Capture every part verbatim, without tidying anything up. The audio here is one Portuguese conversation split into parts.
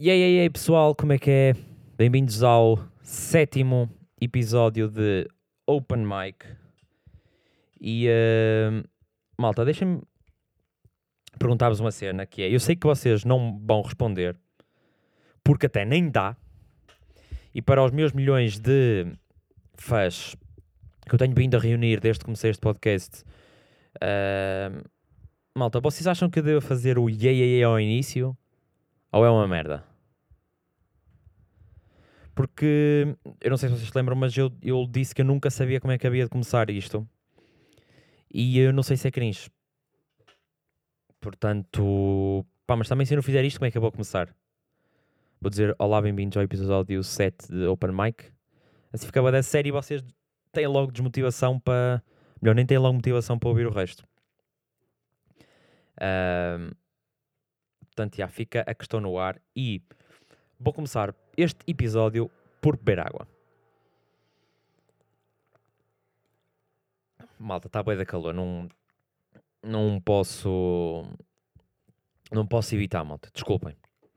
E aí, e aí, pessoal, como é que é? Bem-vindos ao sétimo episódio de Open Mic. E, uh, malta, deixem-me perguntar-vos uma cena que é, eu sei que vocês não vão responder, porque até nem dá, e para os meus milhões de fãs que eu tenho vindo a reunir desde que comecei este podcast, uh, malta, vocês acham que eu devo fazer o yeah, yeah, yeah ao início? Ou é uma merda? Porque, eu não sei se vocês se lembram, mas eu, eu disse que eu nunca sabia como é que havia de começar isto. E eu não sei se é cringe. Portanto, pá, mas também se eu não fizer isto, como é que eu vou começar? Vou dizer olá, bem-vindos ao episódio sete de Open Mic. Assim ficava da série e vocês têm logo desmotivação para... Melhor, nem têm logo motivação para ouvir o resto. Um, portanto, já fica a questão no ar e vou começar este episódio por beber água. Malta, está bué da calor, não, não posso... Não posso evitar, malta, desculpem.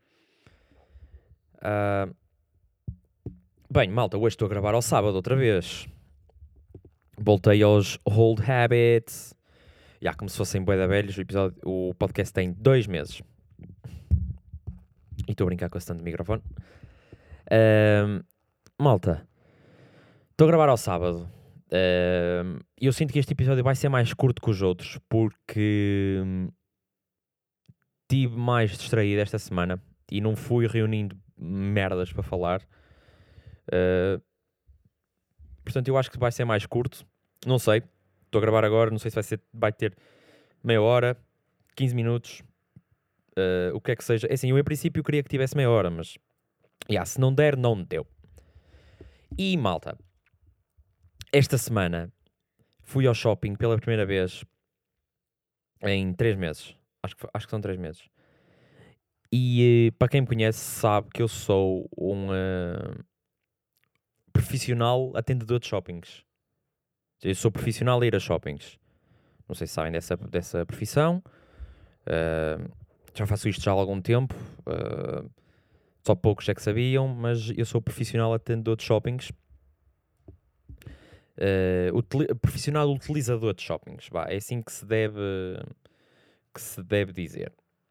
Uh, bem, malta, hoje estou a gravar ao sábado outra vez. Voltei aos old habits. Já, como se fossem bué da velhos, o, episódio, o podcast tem dois meses. E estou a brincar com esse tanto de microfone. Uh, malta, estou a gravar ao sábado. E uh, eu sinto que este episódio vai ser mais curto que os outros, porque um, tive mais distraído esta semana e não fui reunindo merdas para falar. Uh, portanto, eu acho que vai ser mais curto. Não sei. Estou a gravar agora. Não sei se vai, ser, vai ter meia hora, quinze minutos, uh, o que é que seja. É assim, eu em princípio queria que tivesse meia hora, mas yeah, se não der, não deu. E malta, esta semana fui ao shopping pela primeira vez em três meses. Acho que, acho que são três meses. E uh, para quem me conhece sabe que eu sou um uh, profissional atendedor de shoppings. Eu sou profissional a ir a shoppings. Não sei se sabem dessa, dessa profissão. Uh, já faço isto já há algum tempo. Uh, só poucos é que sabiam, mas eu sou profissional atendedor de shoppings. Uh, utili- profissional utilizador de shoppings. Bah, é assim que se deve, que se deve dizer.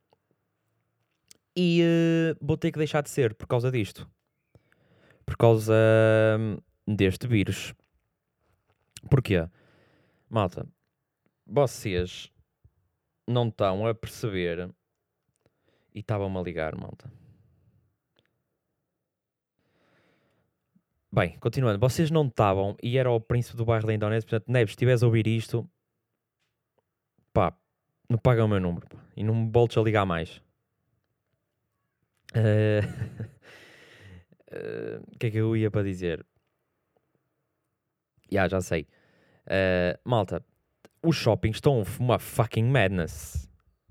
E uh, vou ter que deixar de ser por causa disto. Por causa uh, deste vírus. Porquê? Malta, vocês não estão a perceber e estavam-me a ligar, malta. Bem, continuando, vocês não estavam e era o príncipe do bairro da Indonésia, portanto, Neves, se estiveres a ouvir isto, pá, não paga o meu número, pá, e não me voltes a ligar mais. O uh, uh, que é que eu ia para dizer? Já, yeah, já sei. Uh, malta, os shoppings estão uma fucking madness.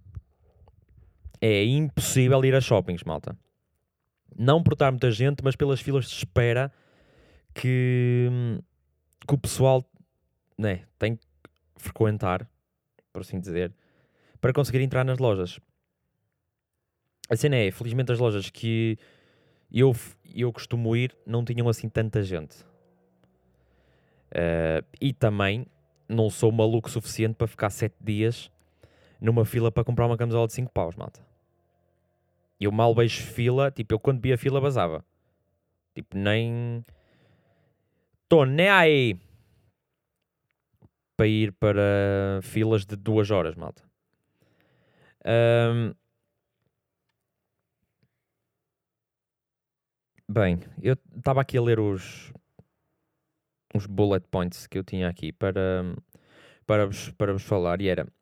É impossível ir a shoppings, malta. Não por estar muita gente, mas pelas filas de espera que, que o pessoal, né, tem que frequentar, por assim dizer, para conseguir entrar nas lojas. A cena é, felizmente as lojas que eu, eu costumo ir não tinham assim tanta gente. Uh, e também não sou maluco suficiente para ficar sete dias numa fila para comprar uma camisola de cinco paus, malta. Eu mal vejo fila, tipo, eu quando vi a fila basava. Tipo, nem... Tô nem aí para ir para filas de duas horas, malta. Um... Bem, eu estava aqui a ler os... uns bullet points que eu tinha aqui para... Para vos, para vos falar, e era...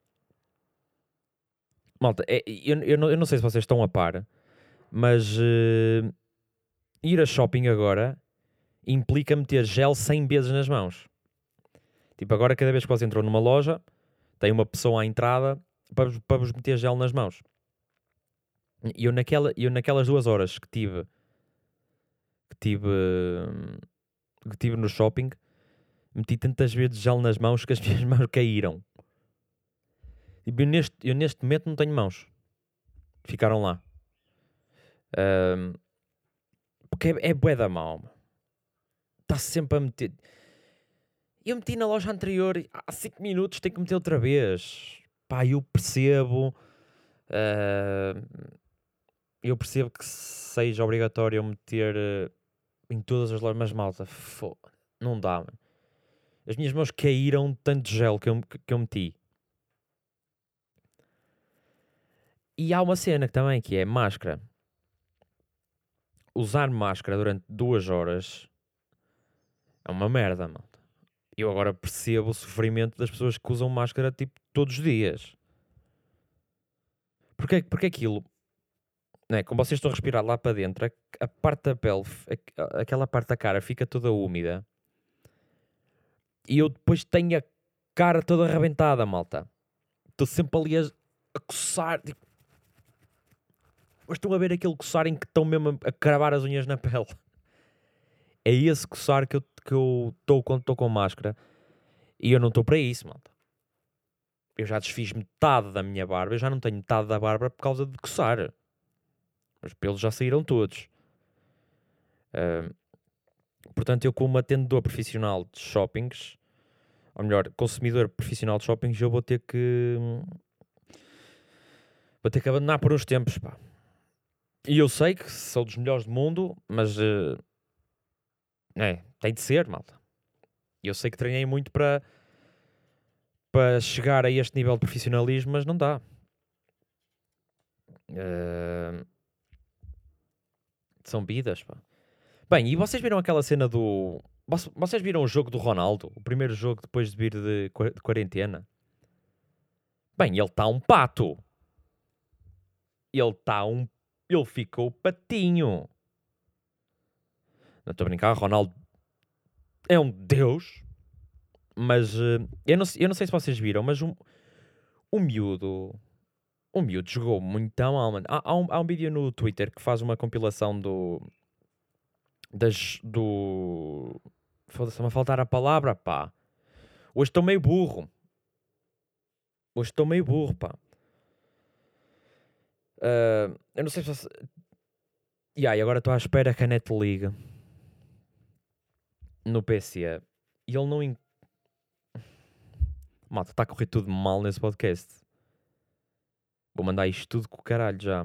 Malta, é, eu, eu, não, eu não sei se vocês estão a par, mas uh, ir a shopping agora implica meter gel cem vezes nas mãos. Tipo, agora cada vez que você entrou numa loja, tem uma pessoa à entrada para, para vos meter gel nas mãos. E eu, naquela, eu naquelas duas horas que tive, que tive, que tive no shopping, meti tantas vezes gel nas mãos que as minhas mãos caíram. Tipo, eu neste, eu neste momento não tenho mãos. Ficaram lá. Um, porque é, é bué da mal. Está sempre a meter... Eu meti na loja anterior, há cinco minutos tenho que meter outra vez. Pá, eu percebo... Uh, eu percebo que seja obrigatório eu meter uh, em todas as lojas, mas malta, fô, não dá, mano. As minhas mãos caíram de tanto gel que eu, que eu meti. E há uma cena que também, que é máscara. Usar máscara durante duas horas é uma merda, malta. Eu agora percebo o sofrimento das pessoas que usam máscara, tipo, todos os dias. Porque, porque aquilo... Não é? Como vocês estão a respirar lá para dentro, a, a parte da pele, a, aquela parte da cara fica toda úmida. E eu depois tenho a cara toda arrebentada, malta. Estou sempre ali a, a coçar. Tipo... Mas estão a ver aquele coçar em que estão mesmo a, a cravar as unhas na pele. É esse coçar que eu que eu estou quando estou com máscara. E eu não estou para isso, malta. Eu já desfiz metade da minha barba. Eu já não tenho metade da barba por causa de coçar. Os pelos já saíram todos. Uh, portanto, eu como atendedor profissional de shoppings, ou melhor, consumidor profissional de shoppings, eu vou ter que... Vou ter que abandonar por uns tempos, pá. E eu sei que sou dos melhores do mundo, mas... Uh, é, tem de ser, malta. Eu sei que treinei muito para... para chegar a este nível de profissionalismo, mas não dá. Uh, são vidas, pá. Bem, e vocês viram aquela cena do... Vocês viram o jogo do Ronaldo? O primeiro jogo depois de vir de, de quarentena? Bem, ele está um pato. Ele está um... Ele ficou patinho. Não estou a brincar, Ronaldo é um deus. Mas uh, eu, não, eu não sei se vocês viram, mas um, o miúdo... O miúdo jogou muito mal, mano. Há, há, um, há um vídeo no Twitter que faz uma compilação do... Das... Do... Foda-se, a faltar a palavra, pá. Hoje estou meio burro. Hoje estou meio burro, pá. Uh, eu não sei se você... Yeah, e agora estou à espera que a net ligue no P C. E ele não... In... Malta, está a correr tudo mal nesse podcast. Vou mandar isto tudo com o caralho já.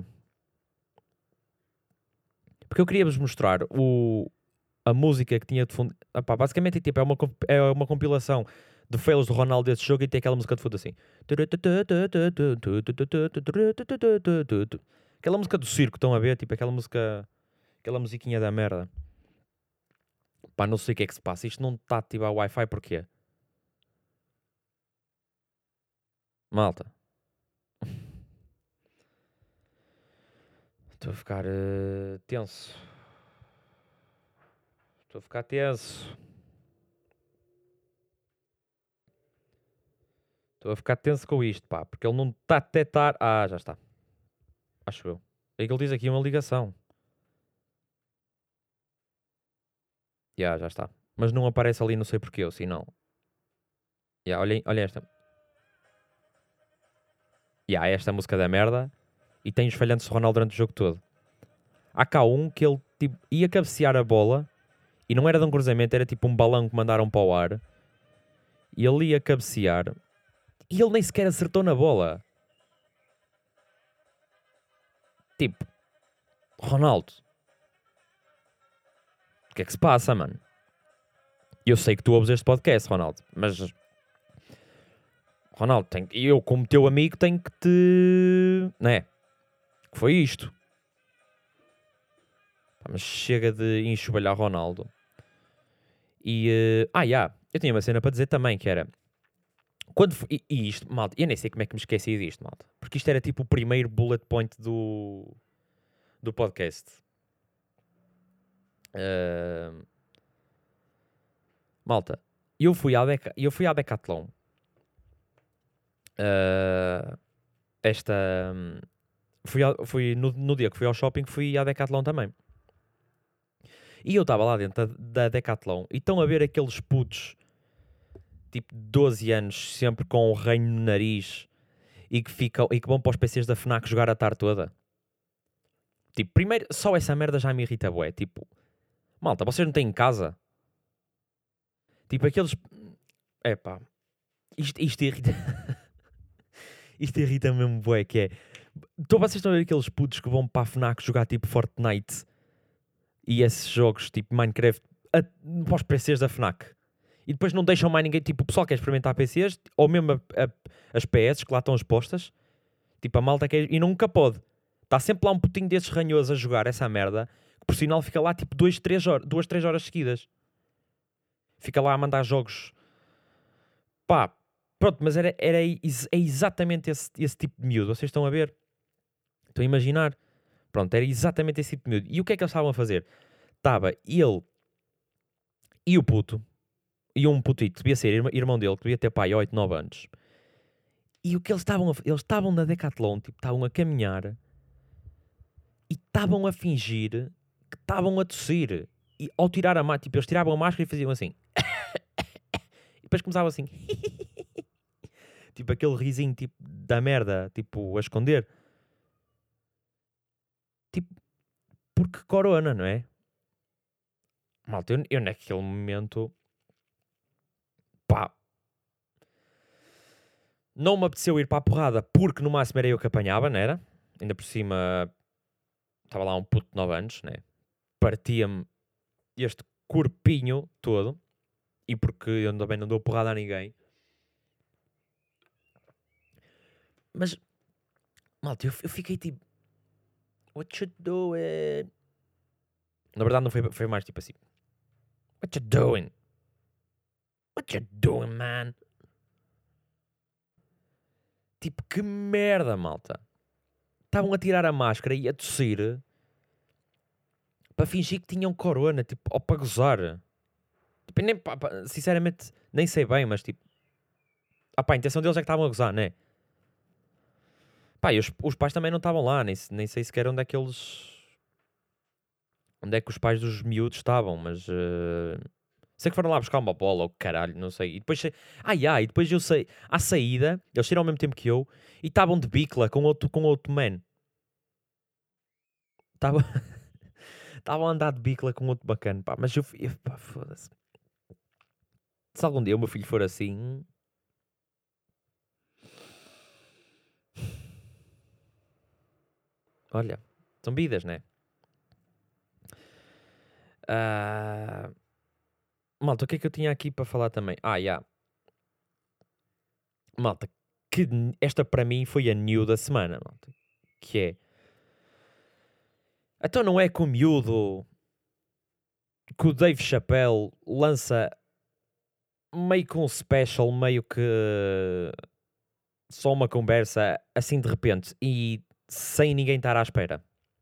Porque eu queria-vos mostrar o... a música que tinha de fundo. Epá, basicamente tipo, é, uma, é uma compilação de fails do Ronaldo desse jogo e tem aquela música de fundo assim. Aquela música do circo, estão a ver? Tipo aquela música. Aquela musiquinha da merda. Pá, não sei o que é que se passa. Isto não está ativo a Wi-Fi porquê? Malta. Estou a ficar uh, tenso. Estou a ficar tenso. Estou a ficar tenso com isto, pá. Porque ele não está a detectar... Ah, já está. Acho eu. É que ele diz aqui uma ligação. Já, yeah, já está. Mas não aparece ali, não sei porquê, ou se não. Yeah, olhem, olhem esta. Ya, yeah, esta música da merda. E tem os falhantes do Ronaldo durante o jogo todo. Há cá um que ele tipo, ia cabecear a bola. E não era de um cruzamento, era tipo um balão que mandaram para o ar. E ele ia cabecear. E ele nem sequer acertou na bola. Tipo, Ronaldo. O que é que se passa, mano? Eu sei que tu ouves este podcast, Ronaldo. Mas... Ronaldo, tem... eu como teu amigo tenho que te... Né? Que foi isto. Mas chega de enxovalhar Ronaldo. E... Uh... Ah, já. Yeah. Eu tinha uma cena para dizer também, que era... Quando foi... e, e isto, malta, eu nem sei como é que me esqueci disto, malta. Porque isto era tipo o primeiro bullet point do... Do podcast. Uh... Malta, eu fui à, Deca... eu fui à Decathlon. Uh... Esta... Fui, ao... fui no, no dia que fui ao shopping, fui à Decathlon também. E eu estava lá dentro da, da Decathlon. E estão a ver aqueles putos... Tipo doze anos, sempre com o reino no nariz... E que, ficam, e que vão para os P Cs da FNAC jogar a tarde toda. Tipo, primeiro, só essa merda já me irrita bué. Tipo, malta, vocês não têm em casa? Tipo, aqueles... Epá, isto, isto irrita... isto irrita mesmo bué, que é... Então vocês estão a ver aqueles putos que vão para a FNAC jogar tipo Fortnite e esses jogos tipo Minecraft a, para os P Cs da FNAC e depois não deixam mais ninguém, tipo o pessoal quer experimentar P Cs ou mesmo a, a, as P S que lá estão expostas, tipo a malta quer e nunca pode. Está sempre lá um putinho desses ranhosos a jogar essa merda que por sinal fica lá tipo duas, três horas, duas, três horas seguidas. Fica lá a mandar jogos. Pá, pronto, mas era, era, é exatamente esse, esse tipo de miúdo. Vocês estão a ver? Estão a imaginar? Pronto, era exatamente esse tipo de miúdo. E o que é que eles estavam a fazer? Estava ele e o puto, e um putito que devia ser irmão dele, que devia ter pai oito, nove anos. E o que eles estavam a, eles estavam na Decathlon, tipo, estavam a caminhar e estavam a fingir que estavam a tossir. E ao tirar a máscara, tipo, eles tiravam a máscara e faziam assim. E depois começavam assim. Tipo, aquele risinho, tipo, da merda, tipo, a esconder. Tipo, porque corona, não é? Malta, eu, eu naquele momento, pá, não me apeteceu ir para a porrada porque no máximo era eu que apanhava, não era? Ainda por cima, estava lá um puto de nove anos, né? Partia-me este corpinho todo e porque eu também não dou porrada a ninguém. Mas, malta, eu, eu fiquei tipo, what you doing? Na verdade não foi, foi mais tipo assim, what you doing? What you doing, man? Tipo, que merda, malta. Estavam a tirar a máscara e a tossir para fingir que tinham corona, tipo, ou para gozar. Tipo, nem, pá, pá, sinceramente, nem sei bem, mas tipo, ah pá, a intenção deles é que estavam a gozar, né? Pá, e os, os pais também não estavam lá, nem, nem sei sequer onde é que eles... Onde é que os pais dos miúdos estavam, mas... Uh... Sei que foram lá buscar uma bola ou caralho, não sei. E depois sei... Ah, yeah, e depois eu sei... À saída, eles saíram ao mesmo tempo que eu e estavam de bicla com outro, com outro man. Estavam... Estavam a andar de bicla com outro bacana, pá. Mas eu... eu pá, foda-se. Se algum dia o meu filho for assim... Olha, são vidas, né? Ah... Malta, o que é que eu tinha aqui para falar também? Ah, já. Yeah. Malta, que esta para mim foi a new da semana, malta. Que é... Então não é que o miúdo... Que o Dave Chappelle lança meio que um special, meio que... Só uma conversa, assim de repente, e sem ninguém estar à espera.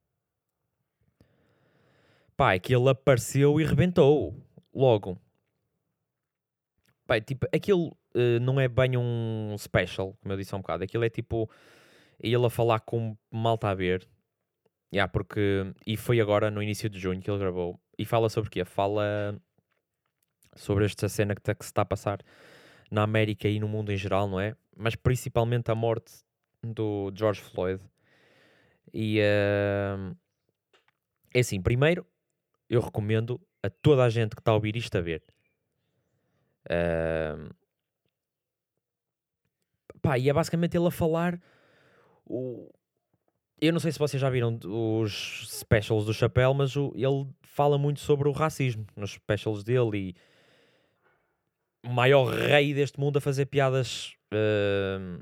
Pá, é que ele apareceu e rebentou. Logo. Pá, tipo, aquilo uh, não é bem um special, como eu disse há um bocado. Aquilo é tipo... Ele a falar com malta a ver. Yeah, porque... E foi agora, no início de junho, que ele gravou. E fala sobre o quê? Fala sobre esta cena que, tá, que se está a passar na América e no mundo em geral, não é? Mas principalmente a morte do George Floyd. E... Uh, é assim, primeiro, eu recomendo a toda a gente que está a ouvir isto a ver. Uh, pá, e é basicamente ele a falar... O... Eu não sei se vocês já viram os specials do Chappelle, mas o, ele fala muito sobre o racismo nos specials dele e o maior rei deste mundo a fazer piadas uh,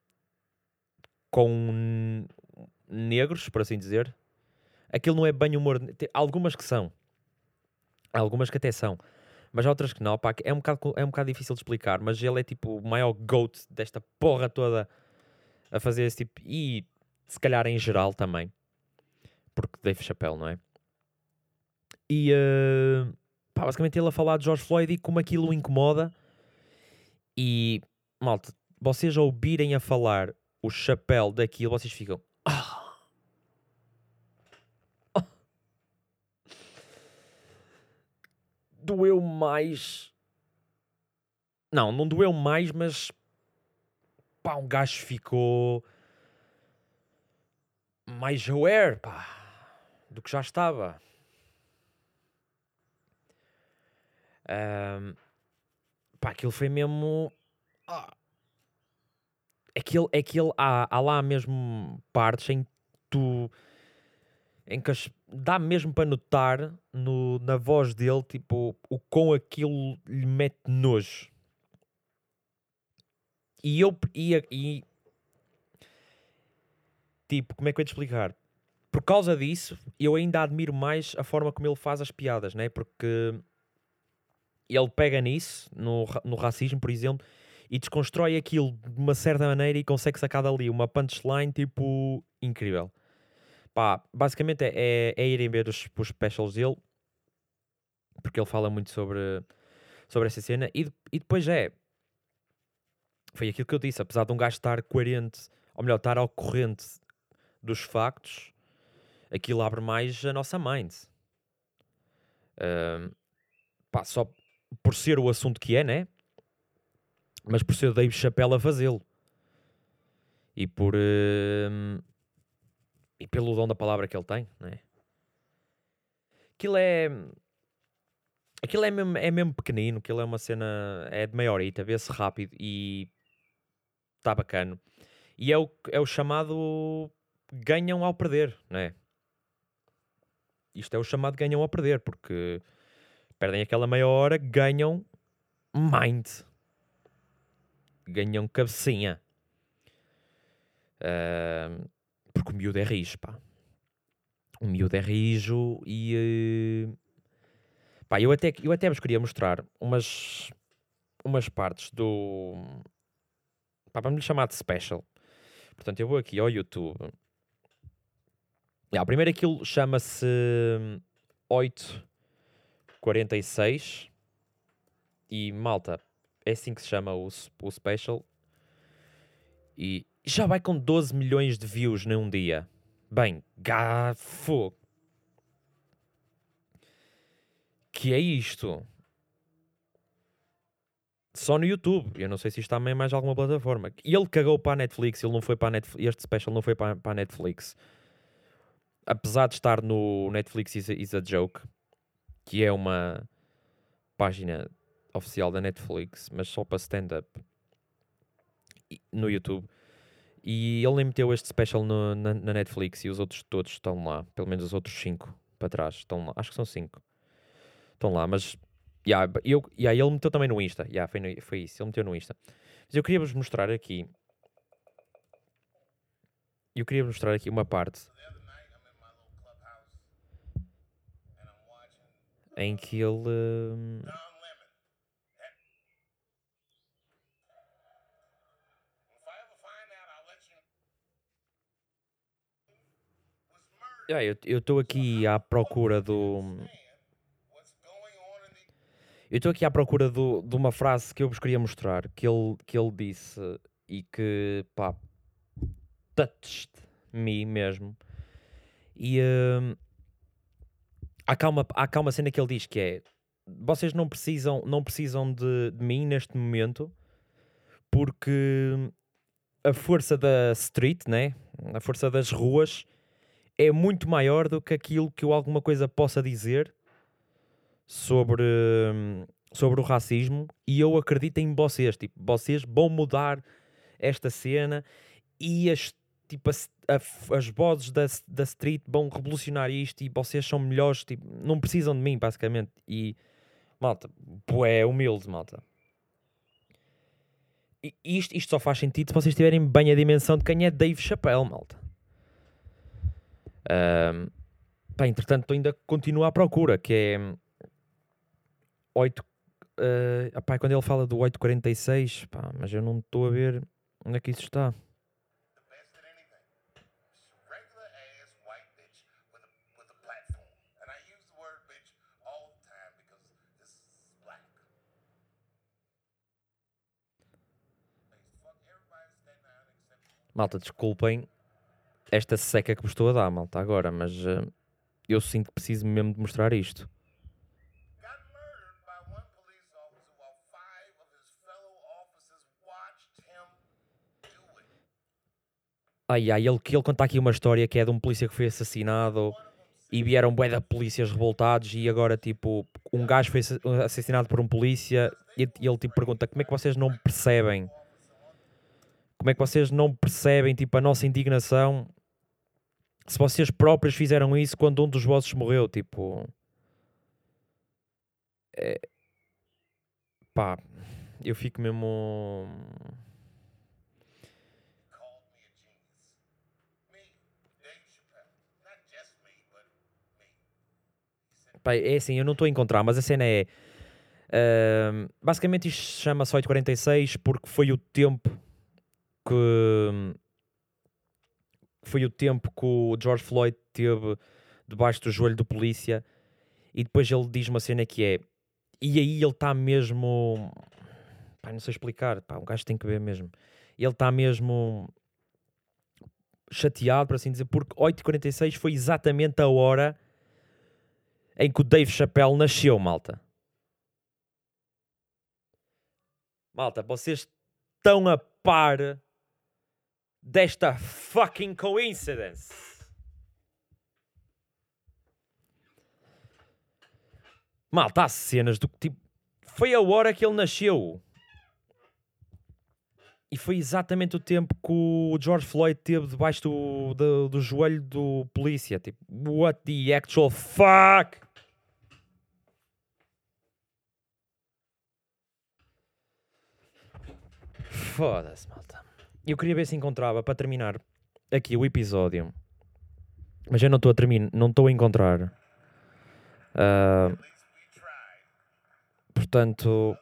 com negros, por assim dizer. Aquilo não é bem humor. Tem algumas que são. Algumas que até são. Mas há outras que não. Pá, é, um bocado, é um bocado difícil de explicar, mas ele é tipo o maior goat desta porra toda a fazer esse tipo... E se calhar em geral também. Porque Dave Chappelle, não é? E uh, pá, basicamente ele a falar de George Floyd e como aquilo o incomoda. E malta, vocês a ouvirem a falar o Chappelle daquilo, vocês ficam... Ah! Ah! Doeu mais... Não, não doeu mais, mas... Pá, um gajo ficou... mais aware, pá. do que já estava. Um, pá, aquilo foi mesmo... Ah, aquilo, aquilo, há, há lá mesmo partes em que tu... Em que as, dá mesmo para notar no, na voz dele, tipo, o quão aquilo lhe mete nojo. E eu... E, e, tipo, como é que eu ia te explicar? Por causa disso, eu ainda admiro mais a forma como ele faz as piadas, né? Porque ele pega nisso, no, ra- no racismo, por exemplo, e desconstrói aquilo de uma certa maneira e consegue sacar dali uma punchline, tipo, incrível. Pá, basicamente é, é, é irem ver os, os specials dele, porque ele fala muito sobre, sobre essa cena, e, de- e depois é, foi aquilo que eu disse, apesar de um gajo estar coerente, ou melhor, estar ao corrente dos factos, aquilo abre mais a nossa mind. Ahm, pá, só por ser o assunto que é, né? Mas por ser o Dave Chappelle a fazê-lo. E por... ahm, e pelo dom da palavra que ele tem, né? Aquilo é... Aquilo é mesmo, é mesmo pequenino, aquilo é uma cena... É de meia horita, vê-se rápido e... Está bacana. E é o, é o chamado... Ganham ao perder, né? Isto é o chamado ganham ao perder, porque... Perdem aquela meia hora, ganham... Mind. Ganham cabecinha. Ahm, porque o miúdo é rijo, pá. O miúdo é rijo e... eh, pá, eu até, eu até vos queria mostrar umas, umas partes do... Pá, vamos lhe chamar de special. Portanto, eu vou aqui ao YouTube. Yeah, primeiro aquilo chama-se oito quarenta e seis. E, malta, é assim que se chama o, s- o special. E já vai com doze milhões de views num dia. Bem, gafo. Que é isto? Só no YouTube. Eu não sei se isto está em mais alguma plataforma. E ele cagou para a Netflix. Ele não foi para a Netflix. Este special não foi para, para a Netflix. Apesar de estar no Netflix is a, is a Joke, que é uma página oficial da Netflix, mas só para stand-up no YouTube. E ele nem meteu este special no, na, na Netflix e os outros todos estão lá. Pelo menos os outros cinco para trás estão lá. Acho que são cinco. Estão lá, mas... Yeah, eu, yeah, ele meteu também no Insta. Yeah, foi, no, foi isso, ele meteu no Insta. Mas eu queria-vos mostrar aqui... Eu queria mostrar aqui uma parte em que ele... hum, ah, eu estou aqui à procura do... Eu estou aqui à procura do, de uma frase que eu vos queria mostrar, que ele, que ele disse e que, pá, touched me mesmo. E hum, há, cá uma, há cá uma cena que ele diz que é: vocês não precisam, não precisam de, de mim neste momento, porque a força da street, né? A força das ruas é muito maior do que aquilo que eu alguma coisa possa dizer sobre, hum, sobre o racismo, e eu acredito em vocês, tipo, vocês vão mudar esta cena e as, tipo, as, a- as vozes da, da street vão revolucionar isto e vocês são melhores, tipo, não precisam de mim, basicamente. E, malta, é humilde, malta. E isto, isto só faz sentido se vocês tiverem bem a dimensão de quem é Dave Chappelle, malta. Ahm, pá, entretanto, ainda continuo à procura, que é oito. Uh, opá, quando ele fala do oito quarenta e seis, pá, mas eu não estou a ver onde é que isso está. Malta, desculpem esta seca que vos estou a dar, malta, agora, mas uh, eu sinto que preciso mesmo de mostrar isto. Ai, ai, ele, que ele conta aqui uma história que é de um polícia que foi assassinado e vieram bué de polícias revoltados e agora, tipo, um gajo foi assassinado por um polícia e ele, tipo, pergunta como é que vocês não percebem? Como é que vocês não percebem, tipo, a nossa indignação se vocês próprios fizeram isso quando um dos vossos morreu? Tipo... É... Pá, eu fico mesmo... Pá, é assim, eu não estou a encontrar, mas a cena é... Uh, basicamente isto chama-se oito quarenta e seis porque foi o tempo que... Foi o tempo que o George Floyd teve debaixo do joelho do polícia e depois ele diz uma cena que é... E aí ele está mesmo... Pá, não sei explicar, pá, um gajo tem que ver mesmo. Ele está mesmo chateado, por assim dizer, porque oito e quarenta e seis foi exatamente a hora em que o Dave Chappelle nasceu, malta. Malta, vocês estão a par desta fucking coincidence. Malta, há cenas do tipo... Foi a hora que ele nasceu. E foi exatamente o tempo que o George Floyd teve debaixo do, do, do joelho do polícia. Tipo, what the actual fuck? Foda-se, malta. Eu queria ver se encontrava, para terminar aqui o episódio. Mas eu não estou a terminar, não estou a encontrar. Uh, portanto...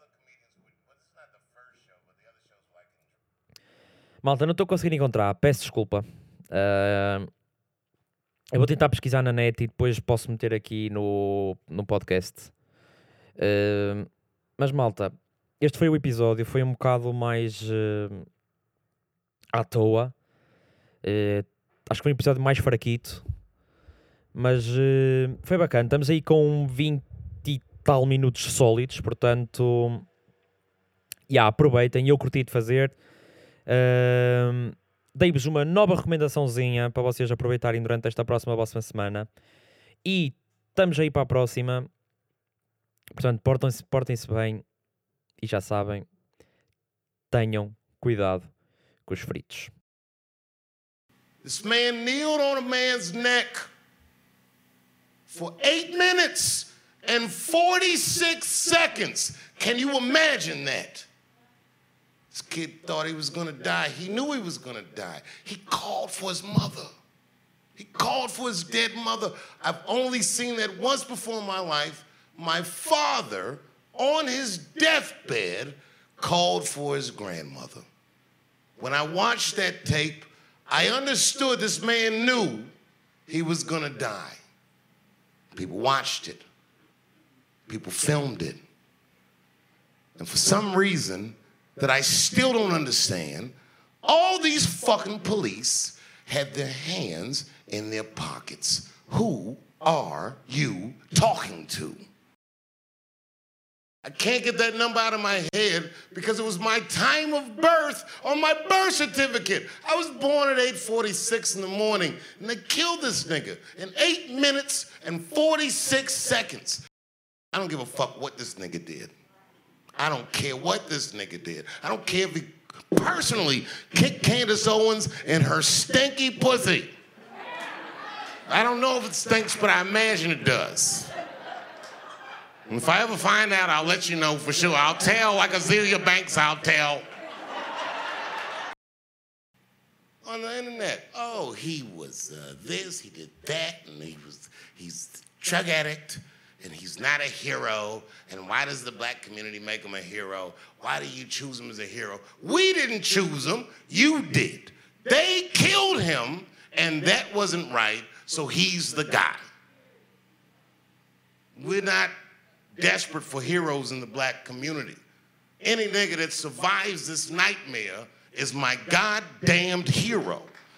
Malta, não estou conseguindo encontrar, peço desculpa. Uh, eu vou tentar pesquisar na net e depois posso meter aqui no, no podcast. Uh, mas malta, este foi o episódio, foi um bocado mais uh, à toa. Uh, acho que foi um episódio mais fraquito. Mas uh, foi bacana, estamos aí com vinte e tal minutos sólidos, portanto... Já, yeah, aproveitem, eu curti de fazer... Uh, dei-vos uma nova recomendaçãozinha para vocês aproveitarem durante esta próxima, próxima semana e estamos aí para a próxima, portanto portem-se, portem-se bem e já sabem, tenham cuidado com os fritos. This man kneeled on a man's neck for eight minutes and forty-six seconds. Can you imagine that? This kid thought he was going to die. He knew he was going to die. He called for his mother. He called for his dead mother. I've only seen that once before in my life. My father, on his deathbed, called for his grandmother. When I watched that tape, I understood this man knew he was going to die. People watched it. People filmed it. And for some reason that I still don't understand, all these fucking police had their hands in their pockets. Who are you talking to? I can't get that number out of my head because it was my time of birth on my birth certificate. I was born at eight forty-six in the morning, and they killed this nigga in eight minutes and forty-six seconds. I don't give a fuck what this nigga did. I don't care what this nigga did. I don't care if he personally kicked Candace Owens in her stinky pussy. I don't know if it stinks, but I imagine it does. And if I ever find out, I'll let you know for sure. I'll tell like Azealia Banks, I'll tell. On the internet, oh, he was uh, this, he did that, and he was, he's a drug addict. And he's not a hero, and why does the black community make him a hero? Why do you choose him as a hero? We didn't choose him, you did. They killed him, and that wasn't right, so he's the guy. We're not desperate for heroes in the black community. Any nigga that survives this nightmare is my goddamned hero.